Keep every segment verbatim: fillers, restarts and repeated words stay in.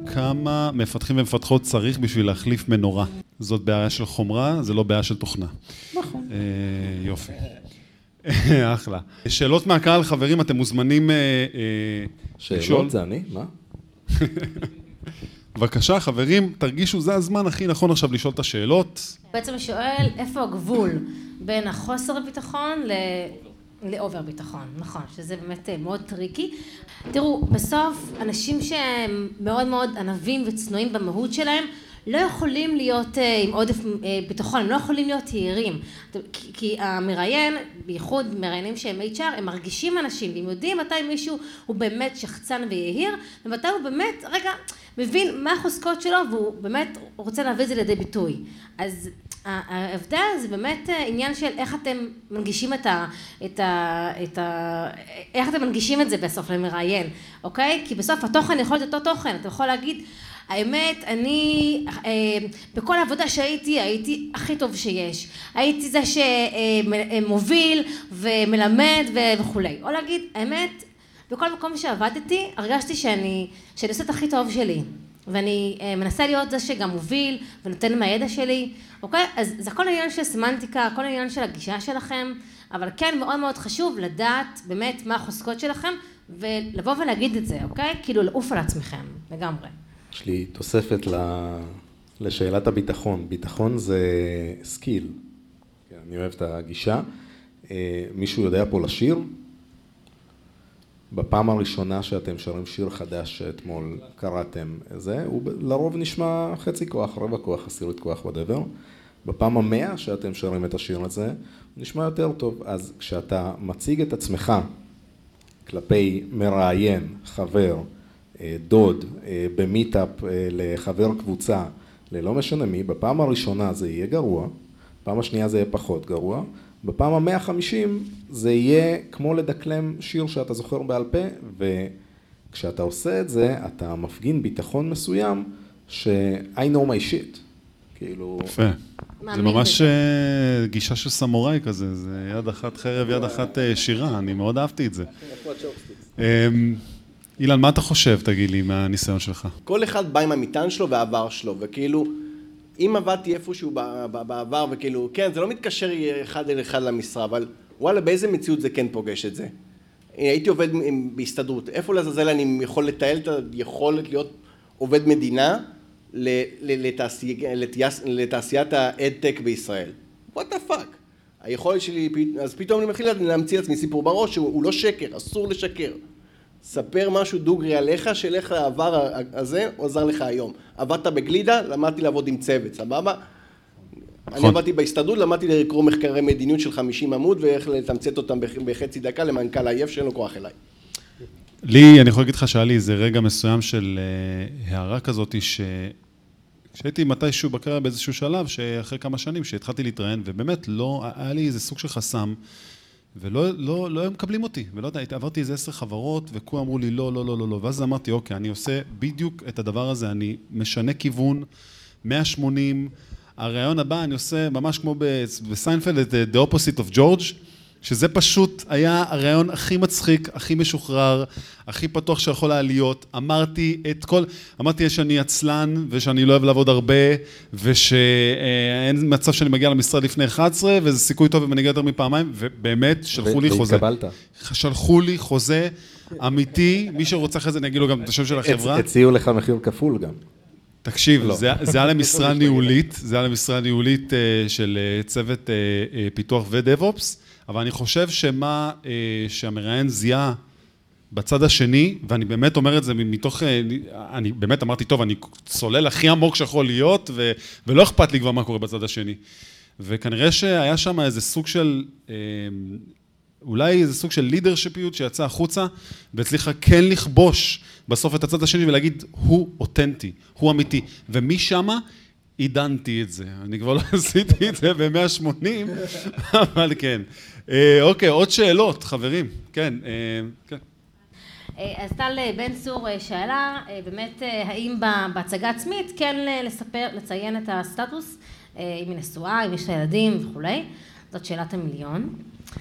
כמה מפתחים ומפתחות צריך בשביל להחליף מנורה. זאת בעיה של חומרה, זה לא בעיה של תוכנה. נכון. יופי. אחלה. שאלות מהקהל, חברים, אתם מוזמנים לשאול. שאלות זה אני? מה? בבקשה, חברים, תרגישו, זה הזמן הכי נכון עכשיו לשאול את השאלות. בעצם שואל, איפה הגבול בין החוסר הביטחון לאובר ביטחון? נכון, שזה באמת מאוד טריקי. תראו, בסוף, אנשים שהם מאוד מאוד ענבים וצנועים במהות שלהם, לא יכולים להיות עם עודף ביטחון, הם לא יכולים להיות יעירים. כי המראיין, בייחוד מראיינים שהם אייץ' אר, הם מרגישים אנשים, והם יודעים מתי מישהו הוא באמת שחצן ויהיר, ומתי הוא באמת, רגע, מבין מה החוזקות שלו, והוא באמת רוצה להביא את זה לידי ביטוי. אז ההבדל זה באמת עניין של איך אתם מנגישים את ה... את ה... את ה... איך אתם מנגישים את זה בסוף למראיין, אוקיי? כי בסוף התוכן יכול להיות אותו תוכן, אתה יכול להגיד, האמת, אני, בכל העבודה שהייתי, הייתי הכי טוב שיש. הייתי זה שמוביל ומלמד וכולי. או להגיד, האמת, בכל מקום שעבדתי, הרגשתי שאני, שאני עושה את הכי טוב שלי. ואני מנסה להיות זה שגם מוביל ונותן מהידע שלי. אוקיי? אז זה הכל עניין של סמנטיקה, הכל עניין של הגישה שלכם, אבל כן מאוד מאוד חשוב לדעת באמת מה החוזקות שלכם, ולבוא ולהגיד את זה, אוקיי? כאילו לעוף על עצמכם, לגמרי. יש לי תוספת לשאלת הביטחון. ביטחון זה סקיל. אני אוהב את הגישה. מישהו יודע פה לשיר? בפעם הראשונה שאתם שרים שיר חדש שאתמול קראתם זה, הוא לרוב נשמע חצי כוח, רבע כוח, עשירית כוח, whatever. בפעם המאה שאתם שרים את השיר הזה, הוא נשמע יותר טוב. אז כשאתה מציג את עצמך כלפי מראיין, חבר, דוד, במיטאפ לחבר קבוצה, ללא משנה מי, בפעם הראשונה זה יהיה גרוע, בפעם השנייה זה יהיה פחות גרוע, בפעם ה-מאה וחמישים זה יהיה כמו לדקלם שיר שאתה זוכר בעל פה, וכשאתה עושה את זה, אתה מפגין ביטחון מסוים, ש- I know my shit. כאילו... יפה. זה ממש גישה של סמוראי כזה, זה יד אחת חרב, יד אחת שירה, אני מאוד אהבתי את זה. אילן, מה אתה חושב, תגיד לי, מהניסיון שלך? כל אחד בא עם המטען שלו והעבר שלו, וכאילו, אם עבדתי איפשהו בעבר, וכאילו, כן, זה לא מתקשר אחד אל אחד למשרה, אבל וואלה, באיזה מציאות זה כן פוגש את זה? הייתי עובד בהסתדרות, איפה לזלזל אני יכול לתעל את היכולת להיות עובד מדינה לתעשיית האד-טק בישראל? What the fuck? היכולת שלי, אז פתאום אני מתחיל להמציא לעצמי סיפור בראש, שהוא לא שקר, אסור לשקר. ספר משהו דוגרי עליך, שאליך העבר הזה עוזר לך היום. עבדת בגלידה, למדתי לעבוד עם צוות, סבבה? אני עבדתי בהסתדרות, למדתי לקרוא מחקרי מדיניות של חמישים עמוד, ואיך לתמצת אותם בחצי דקה למנכ"ל עייף שאין לו כוח אליי. לי, אני יכול להגיד לך שהיה לי איזה רגע מסוים של הערה כזאת, כשהייתי מתישהו בקריירה באיזשהו שלב, שאחרי כמה שנים שהתחלתי להתראיין, ובאמת לא, היה לי איזה סוג של חסם, ולא לא, לא הם מקבלים אותי, ולא יודע, עברתי איזה עשר חברות, וכולם אמרו לי לא, לא, לא, לא, לא, ואז אמרתי, אוקיי, אני עושה בדיוק את הדבר הזה, אני משנה כיוון, מאה ושמונים, הרעיון הבא אני עושה ממש כמו בסיינפלד, את The Opposite of George, שזה פשוט היה הרעיון הכי מצחיק, הכי משוחרר, הכי פתוח שיכול היה להיות. אמרתי את כל, אמרתי שאני עצלן, ושאני לא אוהב לעבוד הרבה, ושאין מצב שאני מגיע למשרד לפני אחת עשרה, וזה סיכוי טוב אם אני אגיע יותר מפעמיים, ובאמת שלחו לי חוזה. והתקבלת. שלחו לי חוזה אמיתי, מי שרוצה אחרי זה אני אגיד לו גם את השם של החברה. הציעו לך מחיר כפול גם. תקשיב, זה, זה היה למשרה ניהולית, זה היה למשרה ניהולית של צוות פיתוח ודאב-אופס, אבל אני חושב שמה שהמראיין זיהה בצד השני, ואני באמת אומר את זה מתוך, אני באמת אמרתי, טוב, אני צולל הכי עמוק שיכול להיות, ו, ולא אכפת לי כבר מה קורה בצד השני. וכנראה שהיה שם איזה סוג של, אולי איזה סוג של לידרשיפיות שיצא החוצה, והצליחה כן לכבוש בסוף את הצד השני ולהגיד, הוא אותנטי, הוא אמיתי. ומשם עידנתי את זה. אני כבר לא עשיתי את זה ב-מאה ושמונים, אבל כן. אוקיי, עוד שאלות, חברים. כן, כן. אז טל בן צור שאלה, באמת, האם בהצגה עצמית כן לספר, לציין את הסטטוס, אם היא נשואה, אם יש לה ילדים וכולי? זאת שאלת המיליון.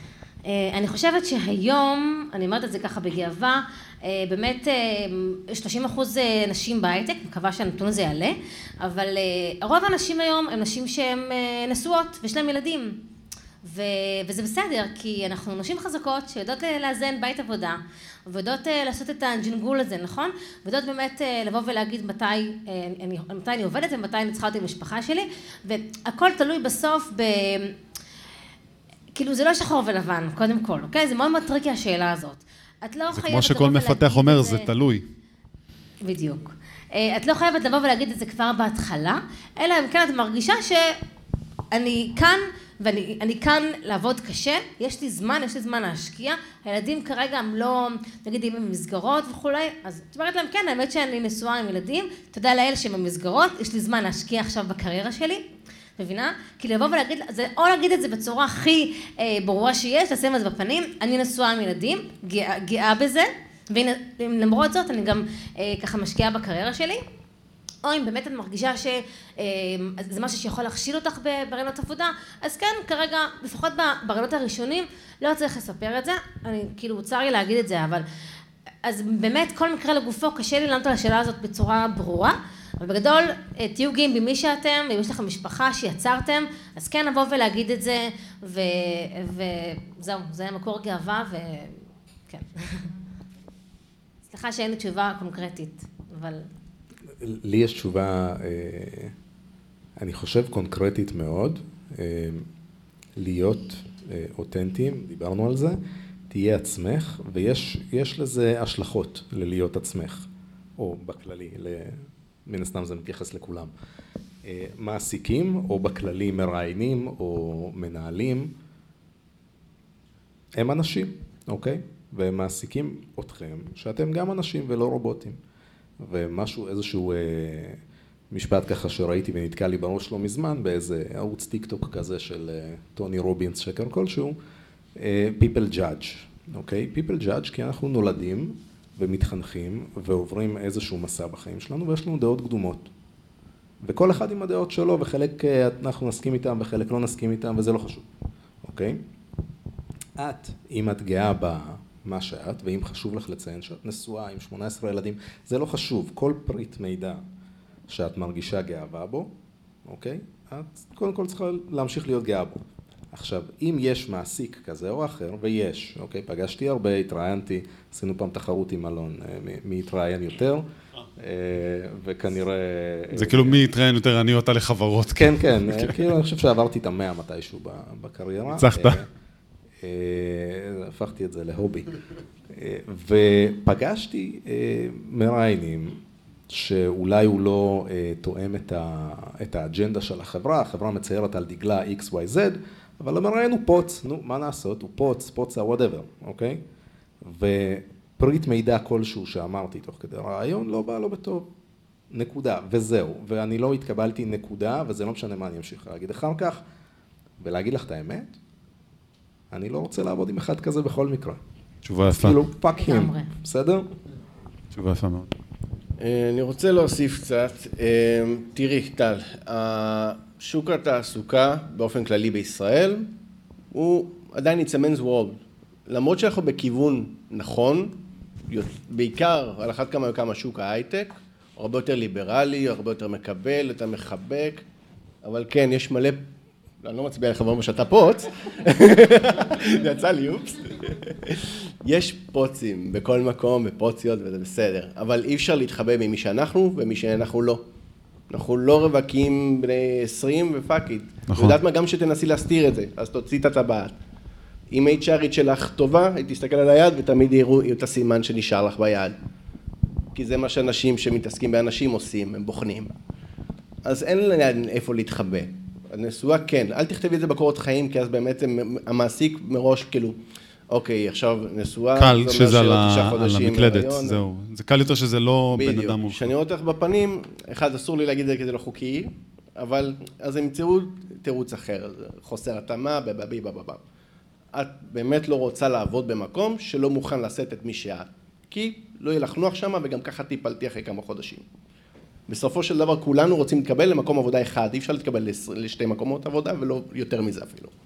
אני חושבת שהיום, אני אומרת את זה ככה בגאווה, באמת שלושים אחוז נשים בהייטק, מקווה שהנתון הזה יעלה, אבל רוב הנשים היום הן נשים שהן נשואות ויש להן ילדים. ו... וזה בסדר, כי אנחנו נשים חזקות שיודעות לאזן בית עבודה, ויודעות לעשות את הג'ינגול הזה, נכון? ויודעות באמת לבוא ולהגיד מתי אני, מתי אני עובדת ומתי אני צריכה אותי עם המשפחה שלי, והכל תלוי בסוף ב... כאילו זה לא שחור ולבן, קודם כל, אוקיי? זה מאוד מאוד טריקי השאלה הזאת. את לא זה כמו שכל מפתח אומר, זה תלוי. בדיוק. את לא חייבת לבוא ולהגיד את זה כבר בהתחלה, אלא אם כן את מרגישה שאני כאן, ואני אני כאן לעבוד קשה, יש לי זמן, יש לי זמן להשקיע, הילדים כרגע הם לא, נגיד אם הם במסגרות וכולי, אז את אומרת להם, כן, האמת שאני נשואה עם ילדים, תודה לאלה שהם במסגרות, יש לי זמן להשקיע עכשיו בקריירה שלי, מבינה? כי לבוא ולהגיד, זה, או להגיד את זה בצורה הכי אה, ברורה שיש, לשים את זה בפנים, אני נשואה עם ילדים, גאה, גאה בזה, ולמרות זאת אני גם אה, ככה משקיעה בקריירה שלי, או אם באמת את מרגישה שזה משהו שיכול להכשיל אותך ברעיונות עבודה, אז כן, כרגע, לפחות ברעיונות הראשונים, לא צריך לספר את זה, אני כאילו צר לי להגיד את זה, אבל אז באמת כל מקרה לגופו, קשה לי לענות על השאלה הזאת בצורה ברורה, אבל בגדול, תהיו גאים במי שאתם, ואם יש לכם משפחה שיצרתם, אז כן לבוא ולהגיד את זה, ו... וזהו, זה מקור גאווה, וכן. סליחה שאין לי תשובה קונקרטית, אבל... לי יש תשובה, אני חושב קונקרטית מאוד, להיות אותנטיים, דיברנו על זה, תהיה עצמך, ויש יש לזה השלכות ללהיות עצמך, או בכללי, מן הסתם זה מתייחס לכולם. מעסיקים, או בכללי מראיינים, או מנהלים, הם אנשים, אוקיי? והם מעסיקים אתכם, שאתם גם אנשים ולא רובוטים. ומשהו, איזשהו אה, משפט ככה שראיתי ונתקע לי בראש לא מזמן, באיזה ערוץ טיק טוק כזה של אה, טוני רובינס שקר כלשהו, אה, people judge, אוקיי? people judge כי אנחנו נולדים ומתחנכים ועוברים איזשהו מסע בחיים שלנו ויש לנו דעות קדומות. וכל אחד עם הדעות שלו וחלק אה, אנחנו נסכים איתם וחלק לא נסכים איתם וזה לא חשוב, אוקיי? את, אם את גאה בה, מה שאת, ואם חשוב לך לציין שאת נשואה עם שמונה עשרה ילדים, זה לא חשוב, כל פריט מידע שאת מרגישה גאווה בו, אוקיי? את קודם כל צריכה להמשיך להיות גאה בו. עכשיו, אם יש מעסיק כזה או אחר, ויש, אוקיי? פגשתי הרבה, התראיינתי, עשינו פעם תחרות עם אלון, מי התראיין יותר, וכנראה... זה כאילו מי התראיין יותר, אני אותה לחברות. כן, כן, כאילו אני חושב שעברתי את המאה מתישהו בקריירה. הצלחת. הפכתי את זה להובי. ופגשתי מראיינים שאולי הוא לא תואם את האג'נדה של החברה, החברה מציירת על דגלה X Y Z, אבל המראיין הוא פוץ, נו, מה לעשות? הוא פוץ, פוץ זה whatever, אוקיי? ופריט מידע כלשהו שאמרתי תוך כדי רעיון לא בא לו בטוב, נקודה, וזהו. ואני לא התקבלתי נקודה, וזה לא משנה מה אני אמשיך להגיד אחר כך, ולהגיד לך את האמת, אני לא רוצה לעבוד עם אחד כזה בכל מקרה. תשובה יפה. כאילו, פאק הם, בסדר? תשובה יפה מאוד. אני רוצה להוסיף קצת. תראי, טל, שוק התעסוקה באופן כללי בישראל, הוא עדיין it's a man's world. למרות שאנחנו בכיוון נכון, בעיקר על אחת כמה וכמה שוק ההייטק, הרבה יותר ליברלי, הרבה יותר מקבל, אתה מחבק, אבל כן, יש מלא... אני לא מצביע לך ואומר שאתה פוץ, זה יצא לי, אופס. יש פוצים בכל מקום, בפוציות, וזה בסדר, אבל אי אפשר להתחבא ממי שאנחנו ומי שאנחנו לא. אנחנו לא רווקים בני עשרים ופאקית. נכון. יודעת מה, גם שתנסי להסתיר את זה, אז תוציא את הטבעת. אם אייץ' ארית שלך טובה, היא תסתכל על היד ותמיד יראו את הסימן שנשאר לך ביד. כי זה מה שאנשים שמתעסקים באנשים עושים, הם בוחנים. אז אין להם איפה להתחבא. הנשואה כן, אל תכתבי את זה בקורות חיים, כי אז באמת המעסיק מראש כאילו, אוקיי, עכשיו נשואה, קל שזה על המקלדת, זהו. זה קל יותר שזה לא בן אדם מוכר. כשאני רואה אותך בפנים, אחד, אסור לי להגיד את זה כי זה לא חוקי, אבל אז הם ימצאו תירוץ אחר, חוסר התאמה, בבבי, בבבב. את באמת לא רוצה לעבוד במקום שלא מוכן לשאת את מי שאת, כי לא יהיה לך נוח שמה וגם ככה טיפלתי אחרי כמה חודשים. בסופו של דבר כולנו רוצים להתקבל למקום עבודה אחד, אי אפשר להתקבל לשתי מקומות עבודה ולא יותר מזה אפילו.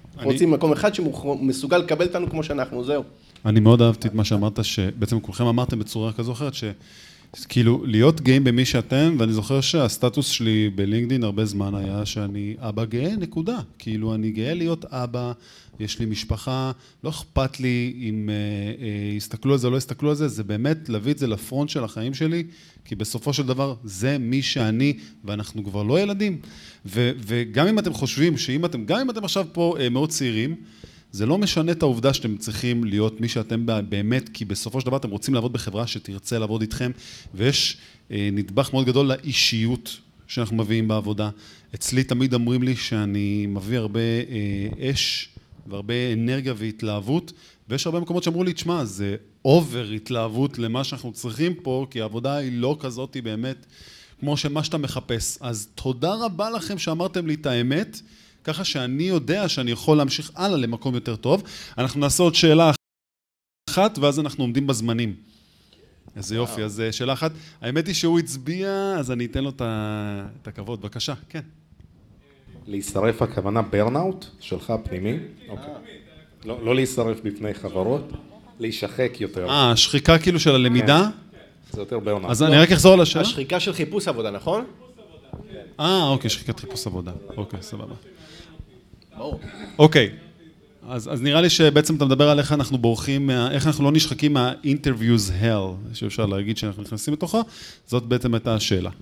אנחנו רוצים מקום אחד שמסוגל לקבל אותנו כמו שאנחנו, זהו. אני מאוד אהבתי את מה שאמרת, שבעצם כולכם אמרתם בצורה כזו או אחרת, שכאילו להיות גאים במי שאתם, ואני זוכר שהסטטוס שלי בלינקדין הרבה זמן היה שאני אבא גאה, נקודה. כאילו אני גאה להיות אבא, יש לי משפחה, לא אכפת לי אם אה, אה, יסתכלו על זה או לא יסתכלו על זה, זה באמת להביא את זה לפרונט של החיים שלי, כי בסופו של דבר זה מי שאני, ואנחנו כבר לא ילדים. ו, וגם אם אתם חושבים שאם אתם, גם אם אתם עכשיו פה אה, מאוד צעירים, זה לא משנה את העובדה שאתם צריכים להיות מי שאתם באמת, כי בסופו של דבר אתם רוצים לעבוד בחברה שתרצה לעבוד איתכם, ויש אה, נדבך מאוד גדול לאישיות שאנחנו מביאים בעבודה. אצלי תמיד אומרים לי שאני מביא הרבה אה, אש והרבה אנרגיה והתלהבות, ויש הרבה מקומות שאמרו לי, תשמע, זה אובר התלהבות למה שאנחנו צריכים פה, כי העבודה היא לא כזאת היא באמת כמו שמה שאתה מחפש. אז תודה רבה לכם שאמרתם לי את האמת, ככה שאני יודע שאני יכול להמשיך הלאה למקום יותר טוב. אנחנו נעשה עוד שאלה אחת, ואז אנחנו עומדים בזמנים. איזה יופי, אז שאלה אחת. האמת היא שהוא הצביע, אז אני אתן לו את הכבוד. בבקשה, כן. להישרף הכוונה ברנאוט שלך פנימי? אוקיי. לא, לא להישרף בפני חברות, להישחק יותר. אה, שחיקה כאילו של הלמידה? זה יותר ברנאוט. אז אני רק אחזור על השאלה. השחיקה של חיפוש עבודה, נכון? אה, אוקיי, שחיקת חיפוש עבודה. אוקיי, סבבה. ברור. אוקיי. אז, אז נראה לי שבעצם אתה מדבר על איך אנחנו בורחים, מה, איך אנחנו לא נשחקים מה-interviews hell, שאפשר להגיד שאנחנו נכנסים לתוכה, זאת בעצם הייתה השאלה.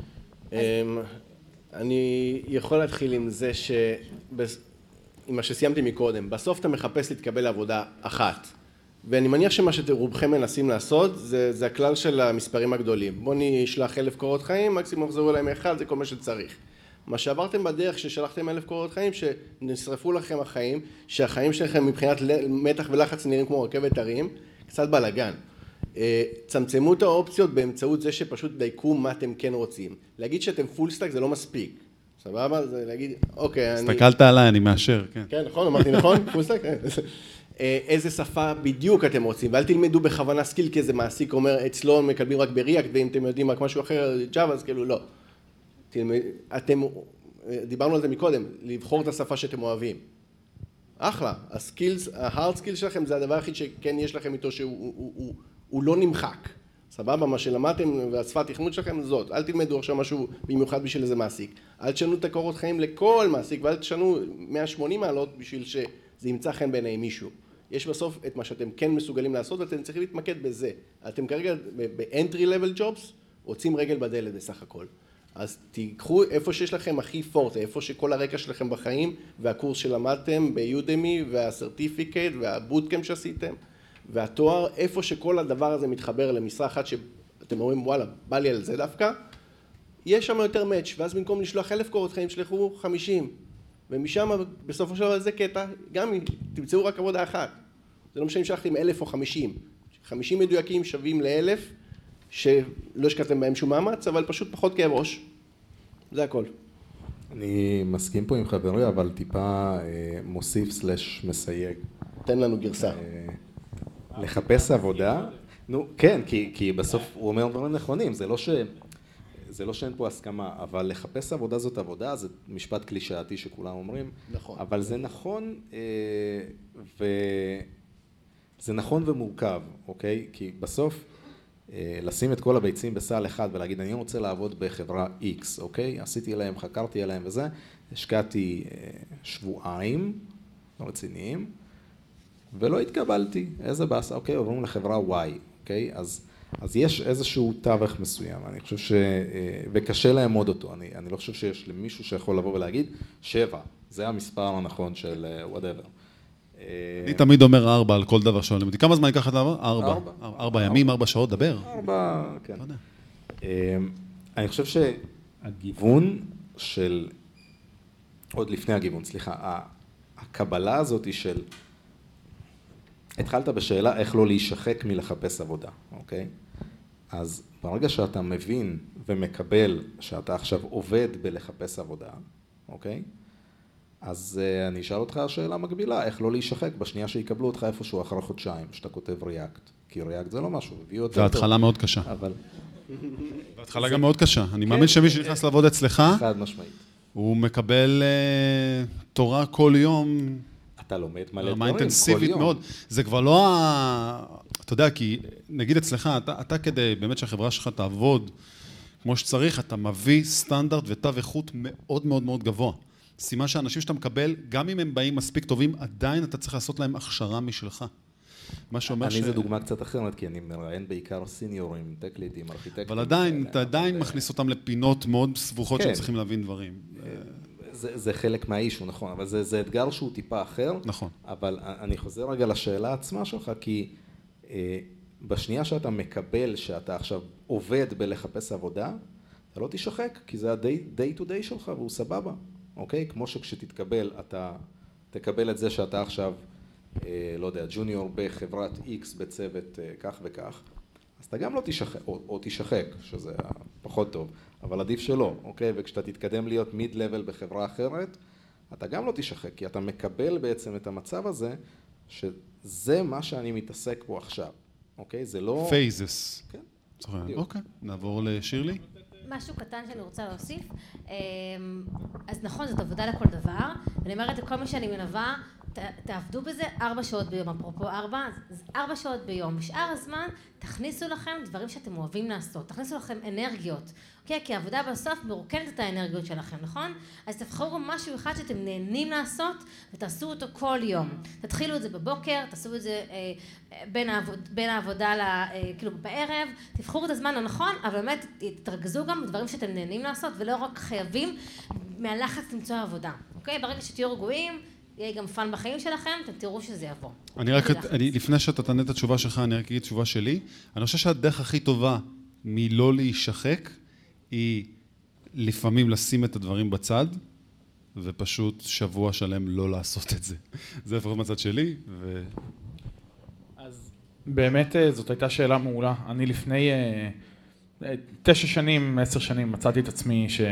אני יכול להתחיל עם זה ש... עם מה שסיימתי מקודם, בסוף אתה מחפש להתקבל לעבודה אחת, ואני מניח שמה שרובכם מנסים לעשות, זה, זה הכלל של המספרים הגדולים. בוא נשלח אלף קורות חיים, מקסימום יחזרו אליהם אחד, זה כל מה שצריך. מה שעברתם בדרך ששלחתם אלף קורות חיים, שנשרפו לכם החיים, שהחיים שלכם מבחינת מתח ולחץ נראים כמו רכבת הרים, קצת בלגן. צמצמו את האופציות באמצעות זה שפשוט דייקו מה אתם כן רוצים. להגיד שאתם פול סטאק זה לא מספיק. סבבה? זה להגיד, אוקיי, אני... הסתכלת עליי, אני מאשר, כן. כן, נכון, אמרתי נכון? פול סטאק? איזה שפה בדיוק אתם רוצים, ואל תלמדו בכוונה סקיל, כי איזה מעסיק אומר, אצלו מקבלים רק בריאקט, ואם אתם יודעים רק משהו אחר, ג'אווה, אז כאילו לא. אתם, דיברנו על זה מקודם, לבחור את השפה שאתם אוהבים. אחלה, הסקילס, ההארד סקיל שלכם זה הדבר היחיד שכן יש לכם איתו שהוא הוא, הוא, הוא לא נמחק. סבבה, מה שלמדתם והשפת תכנות שלכם זאת, אל תלמדו עכשיו משהו במיוחד בשביל איזה מעסיק. אל תשנו את הקורות חיים לכל מעסיק, ואל תשנו מאה ושמונים מעלות בשביל שזה ימצא חן בעיני מישהו. יש בסוף את מה שאתם כן מסוגלים לעשות, ואתם צריכים להתמקד בזה. אתם כרגע ב-entry level jobs, רוצים רגל בדלת בסך הכל. אז תיקחו איפה שיש לכם הכי פורט, איפה שכל הרקע שלכם בחיים, והקורס שלמדתם ביודמי, והסרטיפיקט, והבוטקאמפ שעשיתם, והתואר, איפה שכל הדבר הזה מתחבר למשרה אחת שאתם אומרים, וואלה, בא לי על זה דווקא, יש שם יותר מאץ', ואז במקום לשלוח אלף קורות חיים, שלחו חמישים. ומשם, בסופו של דבר, זה קטע, גם תמצאו רק עבודה אחת. זה לא משנה אם שלחתם אלף או חמישים. חמישים מדויקים שווים לאלף, שלא השקעתם בהם שום מאמץ, אבל פשוט פחות כאב ראש. זה הכל. אני מסכים פה עם חברי, אבל טיפה מוסיף סלש מסייג. תן לנו גרסה. לחפש עבודה, נו, כן, כי, כי בסוף הוא אומר דברים נכונים, זה לא ש... זה לא שאין פה הסכמה, אבל לחפש עבודה זאת עבודה, זה משפט קלישאתי שכולם אומרים. נכון. אבל זה נכון, ו... זה נכון ומורכב, אוקיי? כי בסוף, לשים את כל הביצים בסל אחד ולהגיד, אני רוצה לעבוד בחברה X, אוקיי? עשיתי להם, חקרתי עליהם וזה, השקעתי שבועיים, לא רציניים, ולא התקבלתי. איזה באסה, אוקיי? עוברים לחברה Y, אוקיי? אז... אז יש איזשהו תווך מסוים, אני חושב ש... וקשה לעמוד אותו, אני, אני לא חושב שיש למישהו שיכול לבוא ולהגיד, שבע, זה המספר הנכון של whatever. אני תמיד אומר ארבע על כל דבר שואלים אותי, כמה זמן ייקח את דבר? ארבע. ארבע. ארבע ימים, ארבע שעות, דבר. ארבע, כן. אני חושב שהגיוון של, עוד לפני הגיוון, סליחה, הקבלה הזאת היא של, התחלת בשאלה איך לא להישחק מלחפש עבודה, אוקיי? אז ברגע שאתה מבין ומקבל שאתה עכשיו עובד בלחפש עבודה, אוקיי? אז uh, אני אשאל אותך שאלה מקבילה, איך לא להישחק בשנייה שיקבלו אותך איפשהו אחרי חודשיים, שאתה כותב ריאקט. כי ריאקט זה לא משהו, הביאו יותר טוב. וההתחלה מאוד קשה. אבל... וההתחלה גם מאוד קשה. אני מאמין שמי שנכנס לעבוד אצלך, חד משמעית. הוא מקבל uh, תורה כל יום אתה לומד מלא רמה דברים, אינטנסיבית מאוד. זה כבר לא ה... אתה יודע, כי נגיד אצלך, אתה, אתה כדי באמת שהחברה שלך תעבוד כמו שצריך, אתה מביא סטנדרט ותו איכות מאוד מאוד מאוד גבוה. סימן שהאנשים שאתה מקבל, גם אם הם באים מספיק טובים, עדיין אתה צריך לעשות להם הכשרה משלך. מה שאומר ש... אני זה דוגמה קצת אחרת, כי אני מראיין בעיקר סיניורים, טק-לידים, ארכיטקטים. אבל עדיין, אתה עדיין מכניס אותם לפינות מאוד סבוכות שהם צריכים להבין דברים. זה, זה חלק מהאישו, נכון, אבל זה, זה אתגר שהוא טיפה אחר. נכון. אבל אני חוזר רגע לשאלה עצמה שלך, כי אה, בשנייה שאתה מקבל שאתה עכשיו עובד בלחפש עבודה, אתה לא תשחק, כי זה ה-day to day שלך והוא סבבה, אוקיי? כמו שכשתתקבל, אתה תקבל את זה שאתה עכשיו, אה, לא יודע, ג'וניור בחברת X בצוות אה, כך וכך, אז אתה גם לא תשחק, או, או תשחק, שזה פחות טוב, אבל עדיף שלא, אוקיי? וכשאתה תתקדם להיות מיד-לבל בחברה אחרת, אתה גם לא תשחק, כי אתה מקבל בעצם את המצב הזה, שזה מה שאני מתעסק בו עכשיו, אוקיי? זה לא... פייזס. כן. אוקיי, נעבור לשירלי. משהו קטן שאני רוצה להוסיף, אז נכון, זאת עבודה לכל דבר, ואני אומרת לכל מה שאני מלווה, תעבדו בזה ארבע שעות ביום, אפרופו ארבע, ארבע שעות ביום, בשאר הזמן תכניסו לכם דברים שאתם אוהבים לעשות, תכניסו לכם אנרגיות, אוקיי? כי העבודה בסוף מרוקנת את האנרגיות שלכם, נכון? אז תבחרו משהו אחד שאתם נהנים לעשות ותעשו אותו כל יום. תתחילו את זה בבוקר, תעשו את זה אה, בין, העבוד, בין העבודה ל, אה, כאילו בערב, תבחרו את הזמן הנכון, אבל באמת תתרכזו גם בדברים שאתם נהנים לעשות ולא רק חייבים מהלחץ למצוא עבודה, אוקיי? ברגע שתהיו רגועים, יהיה גם פן בחיים שלכם, אתם תראו שזה יבוא. אני רק, אני, לפני שאתה תענה את התשובה שלך, אני רק אגיד תשובה שלי. אני חושב שהדרך הכי טובה מלא להישחק, היא לפעמים לשים את הדברים בצד, ופשוט שבוע שלם לא לעשות את זה. זה לפחות מצד שלי, ו... אז באמת זאת הייתה שאלה מעולה. אני לפני תשע שנים, עשר שנים, מצאתי את עצמי ש...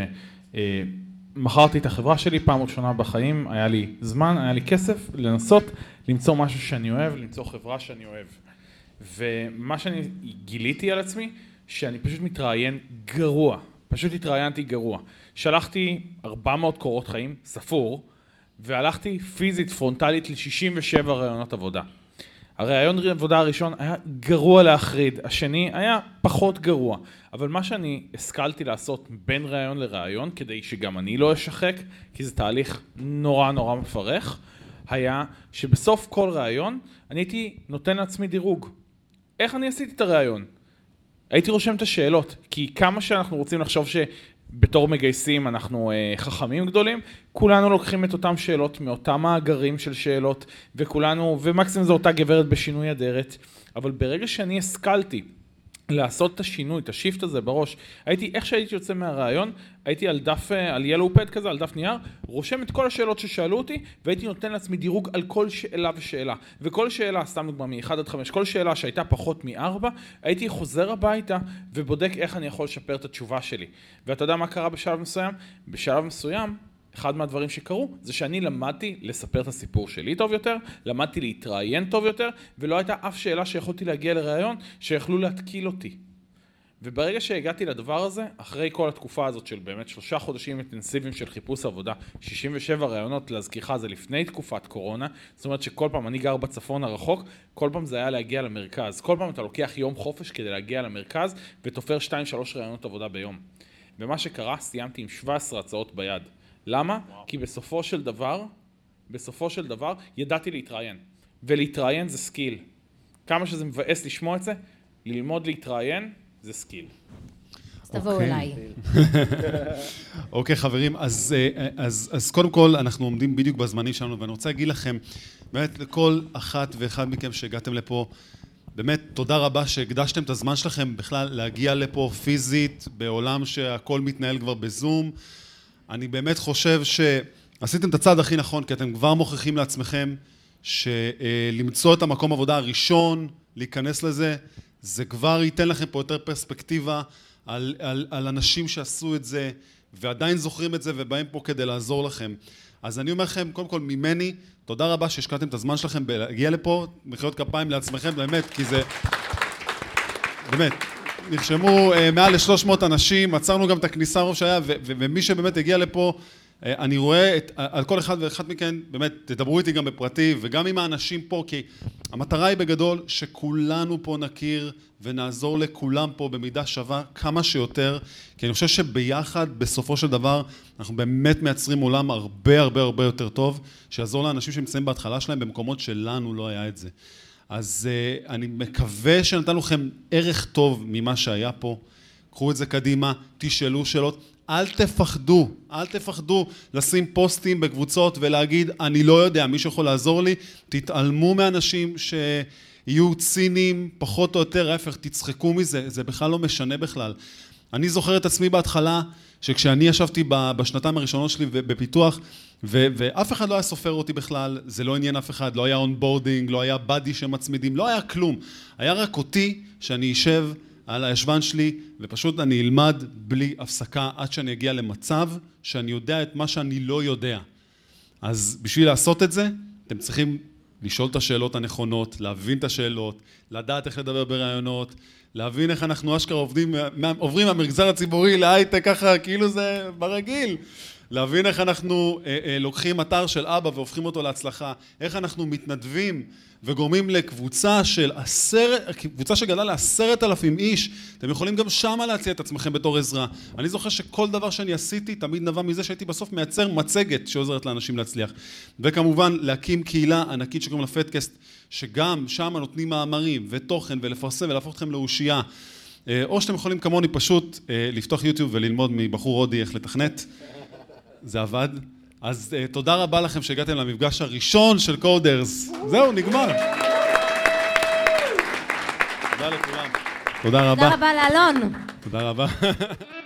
מכרתי את החברה שלי פעם ראשונה בחיים, היה לי זמן, היה לי כסף לנסות למצוא משהו שאני אוהב, למצוא חברה שאני אוהב. ומה שאני גיליתי על עצמי, שאני פשוט מתראיין גרוע, פשוט התראיינתי גרוע. שלחתי ארבע מאות קורות חיים, ספור, והלכתי פיזית, פרונטלית ל-שישים ושבע רעיונות עבודה. הרעיון עבודה הראשון היה גרוע להחריד, השני היה פחות גרוע, אבל מה שאני השכלתי לעשות בין רעיון לרעיון, כדי שגם אני לא אשחק, כי זה תהליך נורא נורא מפרך, היה שבסוף כל רעיון אני הייתי נותן לעצמי דירוג. איך אני עשיתי את הרעיון? הייתי רושם את השאלות, כי כמה שאנחנו רוצים לחשוב שבתור מגייסים אנחנו אה, חכמים גדולים, כולנו לוקחים את אותם שאלות מאותם מאגרים של שאלות, וכולנו, ומקסימום זו אותה גברת בשינוי אדרת, אבל ברגע שאני השכלתי לעשות את השינוי, את השיפט הזה בראש, הייתי, איך שהייתי יוצא מהרעיון, הייתי על דף, על ילו פד כזה, על דף נייר, רושם את כל השאלות ששאלו אותי, והייתי נותן לעצמי דירוג על כל שאלה ושאלה. וכל שאלה, סתם דוגמה מ-אחד עד חמש, כל שאלה שהייתה פחות מ-ארבע, הייתי חוזר הביתה ובודק איך אני יכול לשפר את התשובה שלי. ואתה יודע מה קרה בשלב מסוים? בשלב מסוים, אחד מהדברים שקרו, זה שאני למדתי לספר את הסיפור שלי טוב יותר, למדתי להתראיין טוב יותר, ולא הייתה אף שאלה שיכולתי להגיע לרעיון שיכלו להתקיל אותי. וברגע שהגעתי לדבר הזה, אחרי כל התקופה הזאת של באמת שלושה חודשים אינטנסיביים של חיפוש עבודה, שישים ושבע רעיונות, להזכירך זה לפני תקופת קורונה, זאת אומרת שכל פעם אני גר בצפון הרחוק, כל פעם זה היה להגיע למרכז. כל פעם אתה לוקח יום חופש כדי להגיע למרכז, ותופר שתיים שלוש רעיונות עבודה ביום. ומה שקרה, סיימתי עם שבע עשרה הצעות ביד. למה? וואו. כי בסופו של דבר, בסופו של דבר, ידעתי להתראיין. ולהתראיין זה סקיל. כמה שזה מבאס לשמוע את זה, ללמוד להתראיין זה סקיל. אז תבואו אליי. אוקיי, חברים, אז, אז, אז קודם כל אנחנו עומדים בדיוק בזמנים שלנו, ואני רוצה להגיד לכם, באמת לכל אחת ואחד מכם שהגעתם לפה, באמת תודה רבה שהקדשתם את הזמן שלכם בכלל להגיע לפה פיזית, בעולם שהכל מתנהל כבר בזום. אני באמת חושב שעשיתם את הצעד הכי נכון, כי אתם כבר מוכיחים לעצמכם שלמצוא את המקום עבודה הראשון, להיכנס לזה, זה כבר ייתן לכם פה יותר פרספקטיבה על, על, על אנשים שעשו את זה, ועדיין זוכרים את זה ובאים פה כדי לעזור לכם. אז אני אומר לכם, קודם כל ממני, תודה רבה שהשקעתם את הזמן שלכם להגיע לפה, מחיאות כפיים לעצמכם, באמת, כי זה... באמת. נרשמו מעל ל-שלוש מאות אנשים, עצרנו גם את הכניסה רוב שהיה, ומי שבאמת הגיע לפה, אני רואה את, על כל אחד ואחת מכן, באמת, תדברו איתי גם בפרטי, וגם עם האנשים פה, כי המטרה היא בגדול שכולנו פה נכיר ונעזור לכולם פה במידה שווה כמה שיותר, כי אני חושב שביחד, בסופו של דבר, אנחנו באמת מייצרים עולם הרבה הרבה הרבה יותר טוב, שיעזור לאנשים שנמצאים בהתחלה שלהם במקומות שלנו לא היה את זה. אז uh, אני מקווה שנתן לכם ערך טוב ממה שהיה פה, קחו את זה קדימה, תשאלו שאלות, אל תפחדו, אל תפחדו לשים פוסטים בקבוצות ולהגיד, אני לא יודע, מישהו יכול לעזור לי, תתעלמו מאנשים שיהיו ציניים, פחות או יותר, ההפך, תצחקו מזה, זה בכלל לא משנה בכלל. אני זוכר את עצמי בהתחלה, שכשאני ישבתי בשנתיים הראשונות שלי בפיתוח, ו- ואף אחד לא היה סופר אותי בכלל, זה לא עניין אף אחד, לא היה אונבורדינג, לא היה בדי שמצמידים, לא היה כלום. היה רק אותי שאני אשב על הישבן שלי, ופשוט אני אלמד בלי הפסקה עד שאני אגיע למצב שאני יודע את מה שאני לא יודע. אז בשביל לעשות את זה, אתם צריכים לשאול את השאלות הנכונות, להבין את השאלות, לדעת איך לדבר ברעיונות, להבין איך אנחנו אשכרה עובדים, עוברים מהמגזר הציבורי להייטק ככה, כאילו זה ברגיל. להבין איך אנחנו אה, אה, לוקחים אתר של אבא והופכים אותו להצלחה, איך אנחנו מתנדבים וגורמים לקבוצה של עשרת, קבוצה שגדלה לעשרת אלפים איש, אתם יכולים גם שמה להציע את עצמכם בתור עזרה. אני זוכר שכל דבר שאני עשיתי תמיד נבע מזה שהייתי בסוף מייצר מצגת שעוזרת לאנשים להצליח. וכמובן להקים קהילה ענקית שקוראים לה פדקאסט, שגם שמה נותנים מאמרים ותוכן ולפרסם ולהפוך אתכם לאושייה. או שאתם יכולים כמוני פשוט לפתוח יוטיוב וללמוד מבחור הודי איך לתכנת. זה עבד. אז uh, תודה רבה לכם שהגעתם למפגש הראשון של קודרס. זהו, נגמר. תודה לכולם. תודה רבה. תודה רבה לאלון. תודה רבה.